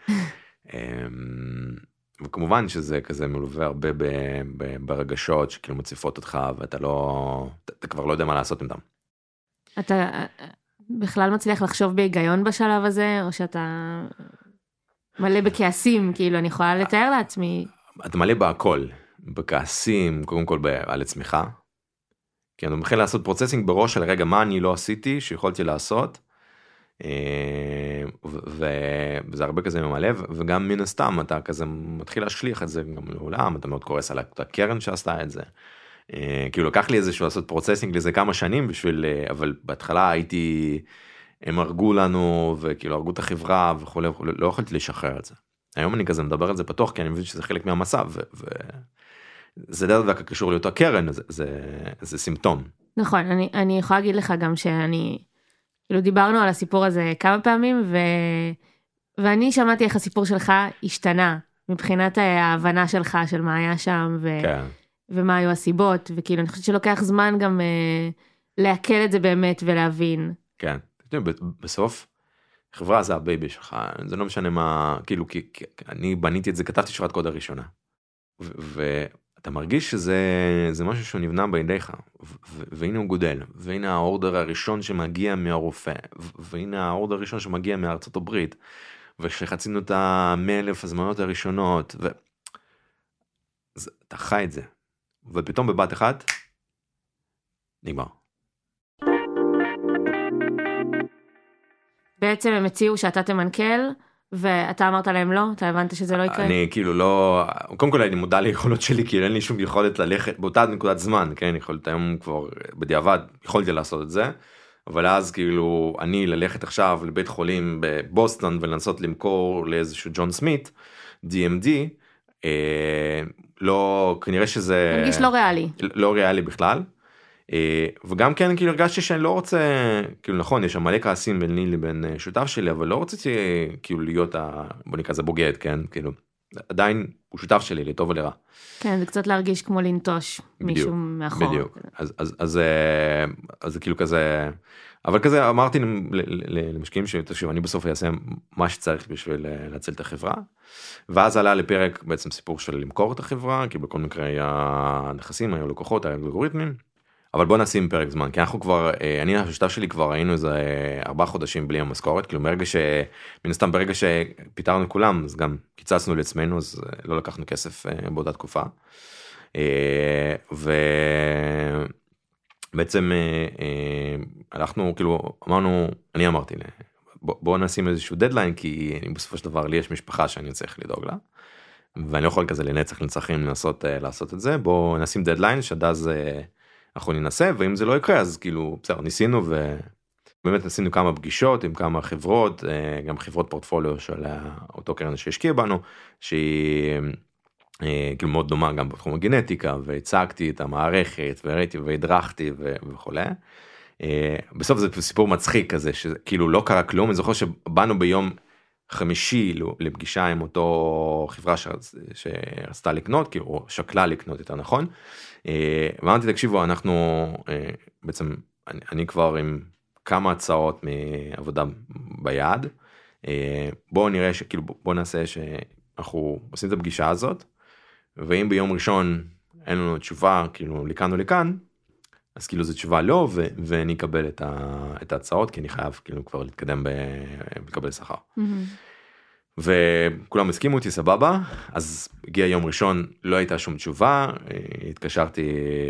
וכמובן שזה כזה מלווה הרבה ברגשות שכאילו מציפות אותך, ואתה לא, אתה כבר לא יודע מה לעשות איתם. אתה בכלל מצליח לחשוב בהיגיון בשלב הזה, או שאתה מלא בכעסים, כאילו אני יכולה לתאר לעצמי. אתה מלא בהכל, בכעסים, קודם כל על עצמך, כי אני מתחיל לעשות פרוצסינג בראש של רגע מה אני לא עשיתי שיכולתי לעשות, וזה הרבה כזה ממלא, וגם מן הסתם אתה כזה מתחיל להשליך את זה גם לעולם, אתה מאוד קורס על הקרן שעשתה את זה, כאילו לקח לי איזשהו לעשות פרוצסינג לזה כמה שנים בשביל, אבל בהתחלה הייתי, הם הרגו לנו וכאילו הרגו את החברה וכו', לא יכולתי לשחרר את זה. היום אני כזה מדבר על זה פתוח, כי אני מבין שזה חלק מהמצב, וזה דרך דווקא קשור לאותו קרן, זה, זה, זה סימפטום. נכון, אני, אני יכולה להגיד לך גם שאני, כאילו דיברנו על הסיפור הזה כמה פעמים, ו, ואני שמעתי איך הסיפור שלך השתנה, מבחינת ההבנה שלך של מה היה שם, ו, כן. ומה היו הסיבות, וכאילו אני חושבת שלוקח זמן גם אה, להקל את זה באמת ולהבין. כן, בסוף, חברה זה הבייבי שלך, זה לא משנה מה, כאילו, כי, כי אני בניתי את זה, כתבתי שורת קוד הראשונה, ואתה אתה מרגיש שזה זה משהו שהוא נבנה בידיך, והנה הוא גודל, והנה האורדר הראשון שמגיע מהרופא, והנה האורדר הראשון שמגיע מארצות הברית, וכשחצינו את המאה אלף הזמנות הראשונות, ואתה חי את זה, ופתאום בבת אחת, נגמר. בעצם הם הציעו שאתה תמנכ"ל, ואתה אמרת להם לא, אתה הבנת שזה לא יקרה? אני כאילו לא, קודם כל אני מודע ליכולות שלי, כי אין לי שום יכולת ללכת, באותה נקודת זמן, כן, יכולת היום כבר בדיעבד, יכולתי לעשות את זה, אבל אז כאילו אני ללכת עכשיו לבית חולים בבוסטון, ולנסות למכור לאיזשהו ג'ון סמית, די אם די, אה, לא, כנראה שזה... מרגיש לא ריאלי. לא ריאלי בכלל. וגם כן כאילו הרגשתי שאני לא רוצה, כאילו נכון, יש שם מלא כעסים ביני לבין שותף שלי, אבל לא רציתי כאילו להיות, בוא נקרא זה בוגד, כן, כאילו, עדיין הוא שותף שלי לטוב ולרע. כן, זה קצת להרגיש כמו לנטוש מישהו מאחור. בדיוק, אז, אז, אז, אז זה כאילו כזה, אבל כזה אמרתי למשקיעים שתקשיב, אני בסוף אעשה מה שצריך בשביל להציל את החברה, ואז עלה לפרק בעצם סיפור של למכור את החברה, כי בכל מקרה היה נכסים, היו לקוחות, היה אלגוריתמים, אבל בוא נשים פרק זמן, כי אנחנו כבר, אני השותף שלי כבר היינו איזה ארבעה חודשים בלי המשכורת, כאילו מרגע ש, מן הסתם ברגע שפיתרנו כולם, אז גם קיצצנו לעצמנו, אז לא לקחנו כסף באותה תקופה. ובעצם הלכנו, כאילו אמרנו, אני אמרתי, בוא נשים איזשהו דדליין, כי בסופו של דבר לי יש משפחה שאני צריך לדאוג לה, ואני לא יכול כזה לנצח לנצחים לנסות לעשות את זה, בוא נשים דדליין, שעד אז אנחנו ננסה, ואם זה לא יקרה, אז כאילו, בסדר, ניסינו, ובאמת ניסינו כמה פגישות עם כמה חברות, גם חברות פורטפוליו של אותו קרן שהשקיע בנו, שהיא כאילו מאוד דומה גם בתחום הגנטיקה, והצגתי את המערכת, וראיתי והדרכתי וכו'. בסוף זה סיפור מצחיק כזה, שכאילו לא קרה כלום, אני זוכר שבאנו ביום חמישי לפגישה עם אותו חברה שרצתה לקנות, כאילו שקלה לקנות יותר נכון, ואמרתי תקשיבו, אנחנו בעצם, אני, אני כבר עם כמה הצעות מעבודה ביד, בואו נראה שכאילו בואו נעשה שאנחנו עושים את הפגישה הזאת, ואם ביום ראשון אין לנו תשובה כאילו לכאן או לכאן, אז כאילו זו תשובה לא, ו- ואני אקבל את, ה- את ההצעות, כי אני חייב כאילו כבר להתקדם ולקבל שכר. Mm-hmm. וכולם הסכימו אותי סבבה, אז הגיע יום ראשון, לא הייתה שום תשובה, התקשרתי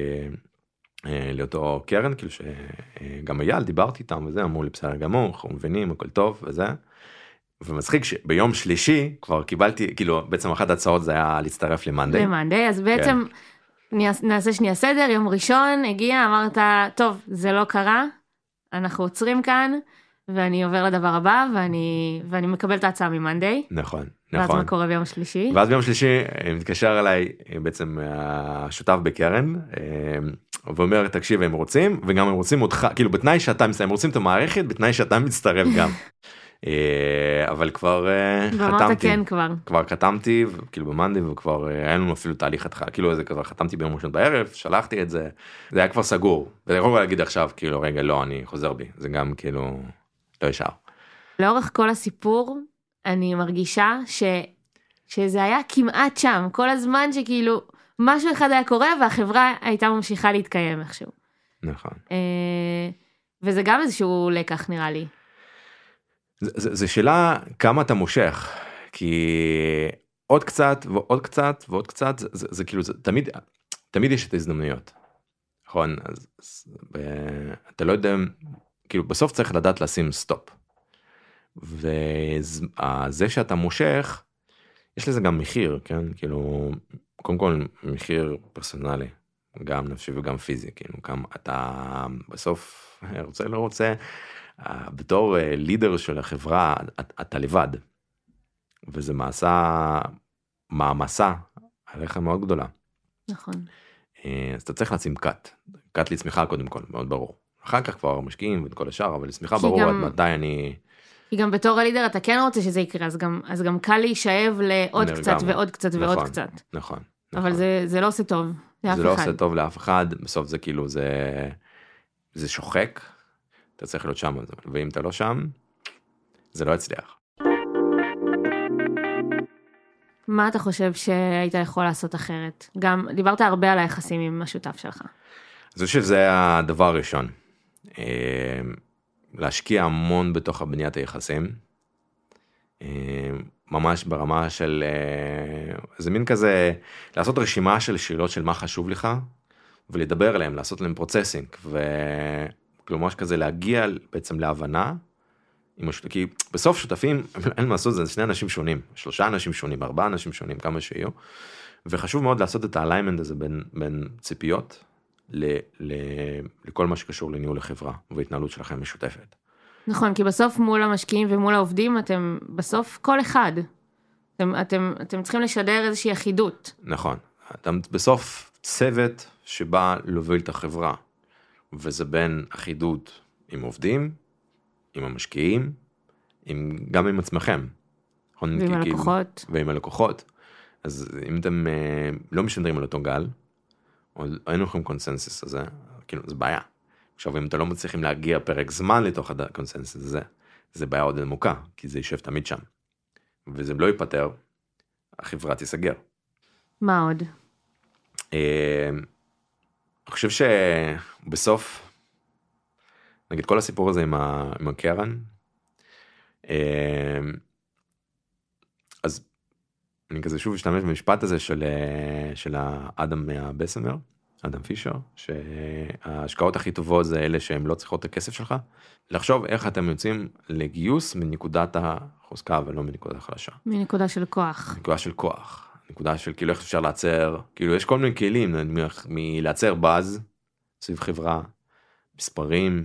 לאותו קרן, כאילו שגם אייל, דיברתי איתם וזה, אמרו לי בסדר גמור, אנחנו מבינים, הכל טוב וזה, ומצחיק שביום שלישי כבר קיבלתי, כאילו בעצם אחת ההצעות זה היה להצטרף למנדי. למנדי, אז בעצם נעשה שנייה סדר, יום ראשון הגיע, אמרת, טוב, זה לא קרה, אנחנו עוצרים כאן, ואני עובר לדבר הבא, ואני, ואני מקבל את ההצעה ממנדי. נכון, ואז נכון. מה קורה ביום שלישי? ואז ביום שלישי מתקשר אליי בעצם השותף בקרן, ואומר, תקשיב, הם רוצים, וגם הם רוצים אותך, כאילו בתנאי שאתה מסיים, הם רוצים את המערכת, בתנאי שאתה מצטרף גם. אבל כבר חתמתי. כן כבר. כבר חתמתי, כאילו במנדי, וכבר היה לנו אפילו תהליך התחלה, כאילו איזה כבר חתמתי ביום ראשון בערב, שלחתי את זה, זה היה כבר סגור. ואני יכול להגיד עכשיו, כאילו, רגע, לא, אני חוזר בי. זה גם כאילו... לא ישר. לאורך כל הסיפור, אני מרגישה ש... שזה היה כמעט שם, כל הזמן שכאילו משהו אחד היה קורה, והחברה הייתה ממשיכה להתקיים איכשהו. נכון. וזה גם איזשהו לקח נראה לי. זה שאלה כמה אתה מושך, כי עוד קצת ועוד קצת ועוד קצת, זה, זה, זה כאילו, זה, תמיד, תמיד יש את ההזדמנויות. נכון? אז, אתה לא יודע... כאילו בסוף צריך לדעת לשים סטופ. וזה שאתה מושך, יש לזה גם מחיר, כן? כאילו, קודם כל מחיר פרסונלי, גם נפשי וגם פיזי, כאילו, כמה אתה בסוף רוצה לא רוצה, בתור לידר של החברה, אתה לבד. וזה מעשה, מעמסה עליך מאוד גדולה. נכון. אז אתה צריך לשים קאט, קאט לצמיחה קודם כל, מאוד ברור. אחר כך כבר משקיעים ואת כל השאר, אבל לשמיכה ברור עד מתי אני... כי גם בתור הלידר אתה כן רוצה שזה יקרה, אז גם, אז גם קל להישאב לעוד קצת ועוד קצת ועוד נכון, קצת. נכון. אבל נכון. זה, זה לא עושה טוב לאף זה אחד. לא עושה טוב לאף אחד, בסוף זה כאילו, זה, זה שוחק, אתה צריך להיות שם, ואם אתה לא שם, זה לא יצליח. מה אתה חושב שהיית יכול לעשות אחרת? גם דיברת הרבה על היחסים עם השותף שלך. אני חושב שזה הדבר הראשון. להשקיע המון בתוך הבניית היחסים. ממש ברמה של, זה מין כזה, לעשות רשימה של שאלות של מה חשוב לך, ולדבר עליהם, לעשות להם פרוצסינג, וכלומר כזה להגיע בעצם להבנה, כי בסוף שותפים, אין מה לעשות, זה שני אנשים שונים, שלושה אנשים שונים, ארבעה אנשים שונים, כמה שיהיו, וחשוב מאוד לעשות את האליימנט הזה בין, בין ציפיות, ל, ל, לכל מה שקשור לניהול החברה, והתנהלות שלכם משותפת. נכון, כי בסוף מול המשקיעים ומול העובדים, אתם בסוף כל אחד, אתם, אתם, אתם צריכים לשדר איזושהי אחידות. נכון, אתם בסוף צוות שבא להוביל את החברה, וזה בין אחידות עם עובדים, עם המשקיעים, עם, גם עם עצמכם. ועם הלקוחות. ועם הלקוחות. אז אם אתם לא משדרים על אותו גל, או אין לכם קונסנסוס הזה, כאילו, זה בעיה. עכשיו, אם אתם לא מצליחים להגיע פרק זמן לתוך הקונסנסוס הזה, זה בעיה עוד עמוקה, כי זה יישב תמיד שם. וזה לא ייפטר, החברה תיסגר. מה עוד? אני חושב שבסוף, נגיד כל הסיפור הזה עם, ה, עם הקרן, אז אני כזה שוב אשתמש במשפט הזה של, של האדם מהבסמר, אדם פישר, שההשקעות הכי טובות זה אלה שהם לא צריכות את הכסף שלך, לחשוב איך אתם יוצאים לגיוס מנקודת החוזקה ולא מנקודה חלשה. מנקודה של כוח. נקודה של כוח. נקודה של כאילו איך אפשר לעצר, כאילו יש כל מיני כלים, מלעצר באז, סביב חברה, מספרים,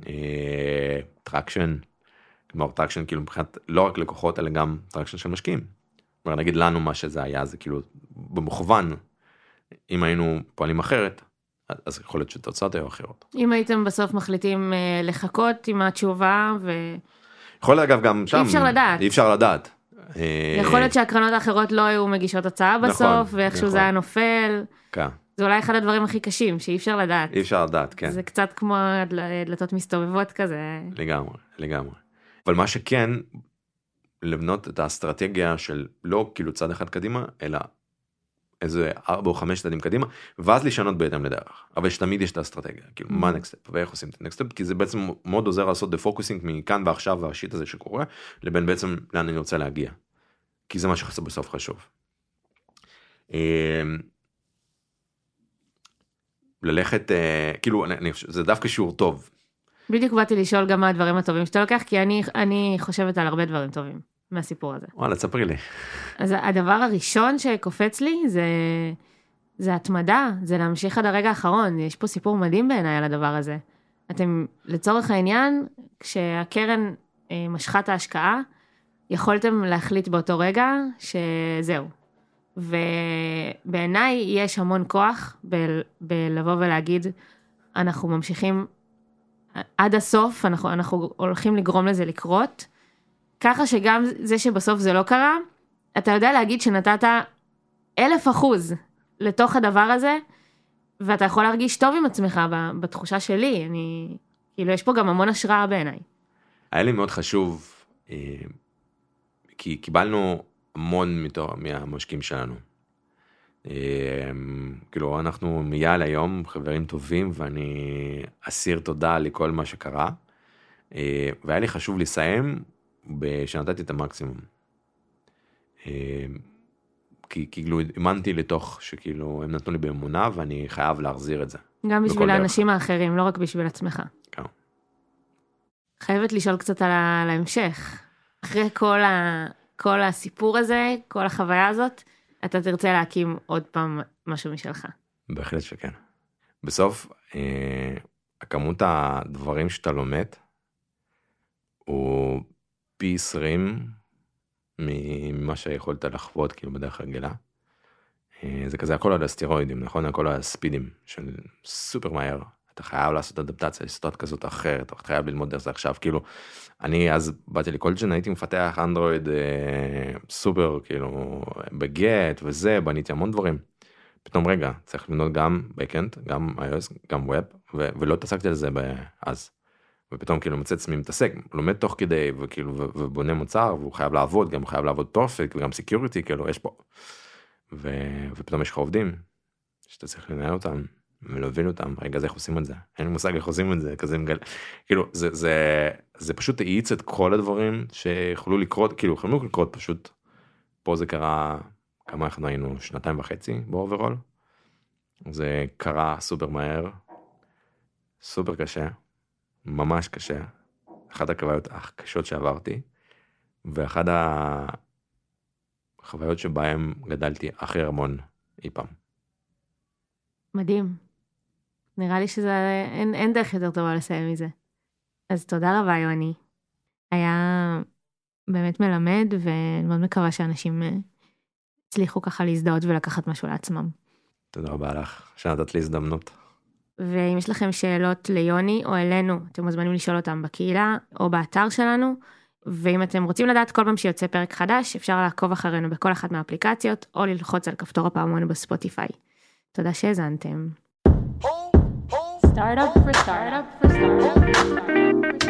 טרקשן, כלומר טרקשן כאילו מבחינת לא רק לקוחות, אלא גם טרקשן של משקיעים. כלומר נגיד לנו מה שזה היה, זה כאילו במוכוון, אם היינו פועלים אחרת, אז יכול להיות שתוצאות היו אחרות. אם הייתם בסוף מחליטים לחכות עם התשובה ו... יכול להיות אגב גם שם. אי אפשר לדעת. אי אפשר לדעת. יכול להיות שהקרנות האחרות לא היו מגישות הצעה בסוף, ואיכשהו זה היה נופל. כן. זה אולי אחד הדברים הכי קשים, שאי אפשר לדעת. אי אפשר לדעת, כן. זה קצת כמו דלתות מסתובבות כזה. לגמרי, לגמרי. אבל מה שכן, לבנות את האסטרטגיה של לא כאילו צד אחד קדימה, אלא איזה ארבע או חמש צעדים קדימה, ואז לשנות בהתאם לדרך. אבל שתמיד יש את האסטרטגיה, כאילו, מה next step, ואיך עושים את ה-next step, כי זה בעצם מאוד עוזר לעשות דפוקוסינג מכאן ועכשיו, והשיט הזה שקורה, לבין בעצם לאן אני רוצה להגיע. כי זה מה שחסר בסוף חשוב. ללכת, כאילו, אני חושב, זה דווקא שיעור טוב. בדיוק באתי לשאול גם מה הדברים הטובים שאתה לוקח, כי אני, אני חושבת על הרבה דברים טובים מהסיפור הזה. וואלה, תספרי לי. אז הדבר הראשון שקופץ לי זה, זה התמדה, זה להמשיך עד הרגע האחרון. יש פה סיפור מדהים בעיניי על הדבר הזה. אתם, לצורך העניין, כשהקרן משכה את ההשקעה, יכולתם להחליט באותו רגע שזהו. ובעיניי יש המון כוח ב- בלבוא ולהגיד, אנחנו ממשיכים עד הסוף, אנחנו, אנחנו הולכים לגרום לזה לקרות, ככה שגם זה שבסוף זה לא קרה, אתה יודע להגיד שנתת אלף אחוז לתוך הדבר הזה, ואתה יכול להרגיש טוב עם עצמך בתחושה שלי, אני, כאילו יש פה גם המון השראה בעיניי. היה לי מאוד חשוב, כי קיבלנו המון מהמשקיעים שלנו. כאילו אנחנו מייל היום חברים טובים, ואני אסיר תודה לכל מה שקרה, והיה לי חשוב לסיים שנתתי את המקסימום. כי כאילו האמנתי לתוך שכאילו הם נתנו לי באמונה, ואני חייב להחזיר את זה. גם בשביל האנשים האחרים, לא רק בשביל עצמך. כן. חייבת לשאול קצת על ההמשך. אחרי כל ה... כל הסיפור הזה, כל החוויה הזאת, אתה תרצה להקים עוד פעם משהו משלך. בהחלט שכן. בסוף, אה, הכמות הדברים שאתה לומד, הוא פי עשרים ממה שיכולת לחוות כאילו בדרך רגילה. אה, זה כזה הכל על הסטרואידים, נכון? הכל על הספידים של סופר מהר. אתה חייב לעשות אדפטציה, לסטות כזאת אחרת, אתה חייב ללמוד דרך זה עכשיו, כאילו, אני אז באתי לקולג'ן, הייתי מפתח אנדרואיד אה, סופר, כאילו, בגט וזה, בניתי המון דברים. פתאום רגע, צריך לבנות גם בקאנד, גם iOS, גם ווב, ו- ולא תעסקתי על זה אז. ופתאום כאילו מצא עצמי מתעסק, לומד תוך כדי, וכאילו, ובונה מוצר, והוא חייב לעבוד, גם הוא חייב לעבוד פרפקט, וגם סקיוריטי, כאילו, יש פה. ו... ופתאום יש לך עובדים, שאתה צריך לנהל אותם, ולהבין אותם, רגע, אז איך עושים את זה? אין לי מושג איך עושים את זה, כזה מגל... כאילו, זה, זה, זה פשוט תאיץ את כל הדברים שיכולו לקרות, כאילו, יכולו לקרות פשוט, פה זה קרה, כמה אנחנו היינו, שנתיים וחצי באוברול, זה קרה סופר מהר, סופר קשה, ממש קשה, אחת החוויות הקשות שעברתי, ואחת החוויות שבהם גדלתי הכי המון אי פעם. מדהים. נראה לי שזה, אין, אין דרך יותר טובה לסיים מזה. אז תודה רבה, יוני. היה באמת מלמד, ואני מאוד מקווה שאנשים הצליחו ככה להזדהות ולקחת משהו לעצמם. תודה רבה לך, שנתת לי הזדמנות. ואם יש לכם שאלות ליוני או אלינו, אתם מוזמנים לשאול אותם בקהילה או באתר שלנו, ואם אתם רוצים לדעת כל פעם שיוצא פרק חדש, אפשר לעקוב אחרינו בכל אחת מהאפליקציות, או ללחוץ על כפתור הפעמון בספוטיפיי. תודה שהזנתם. Startup for startup for startup for startup.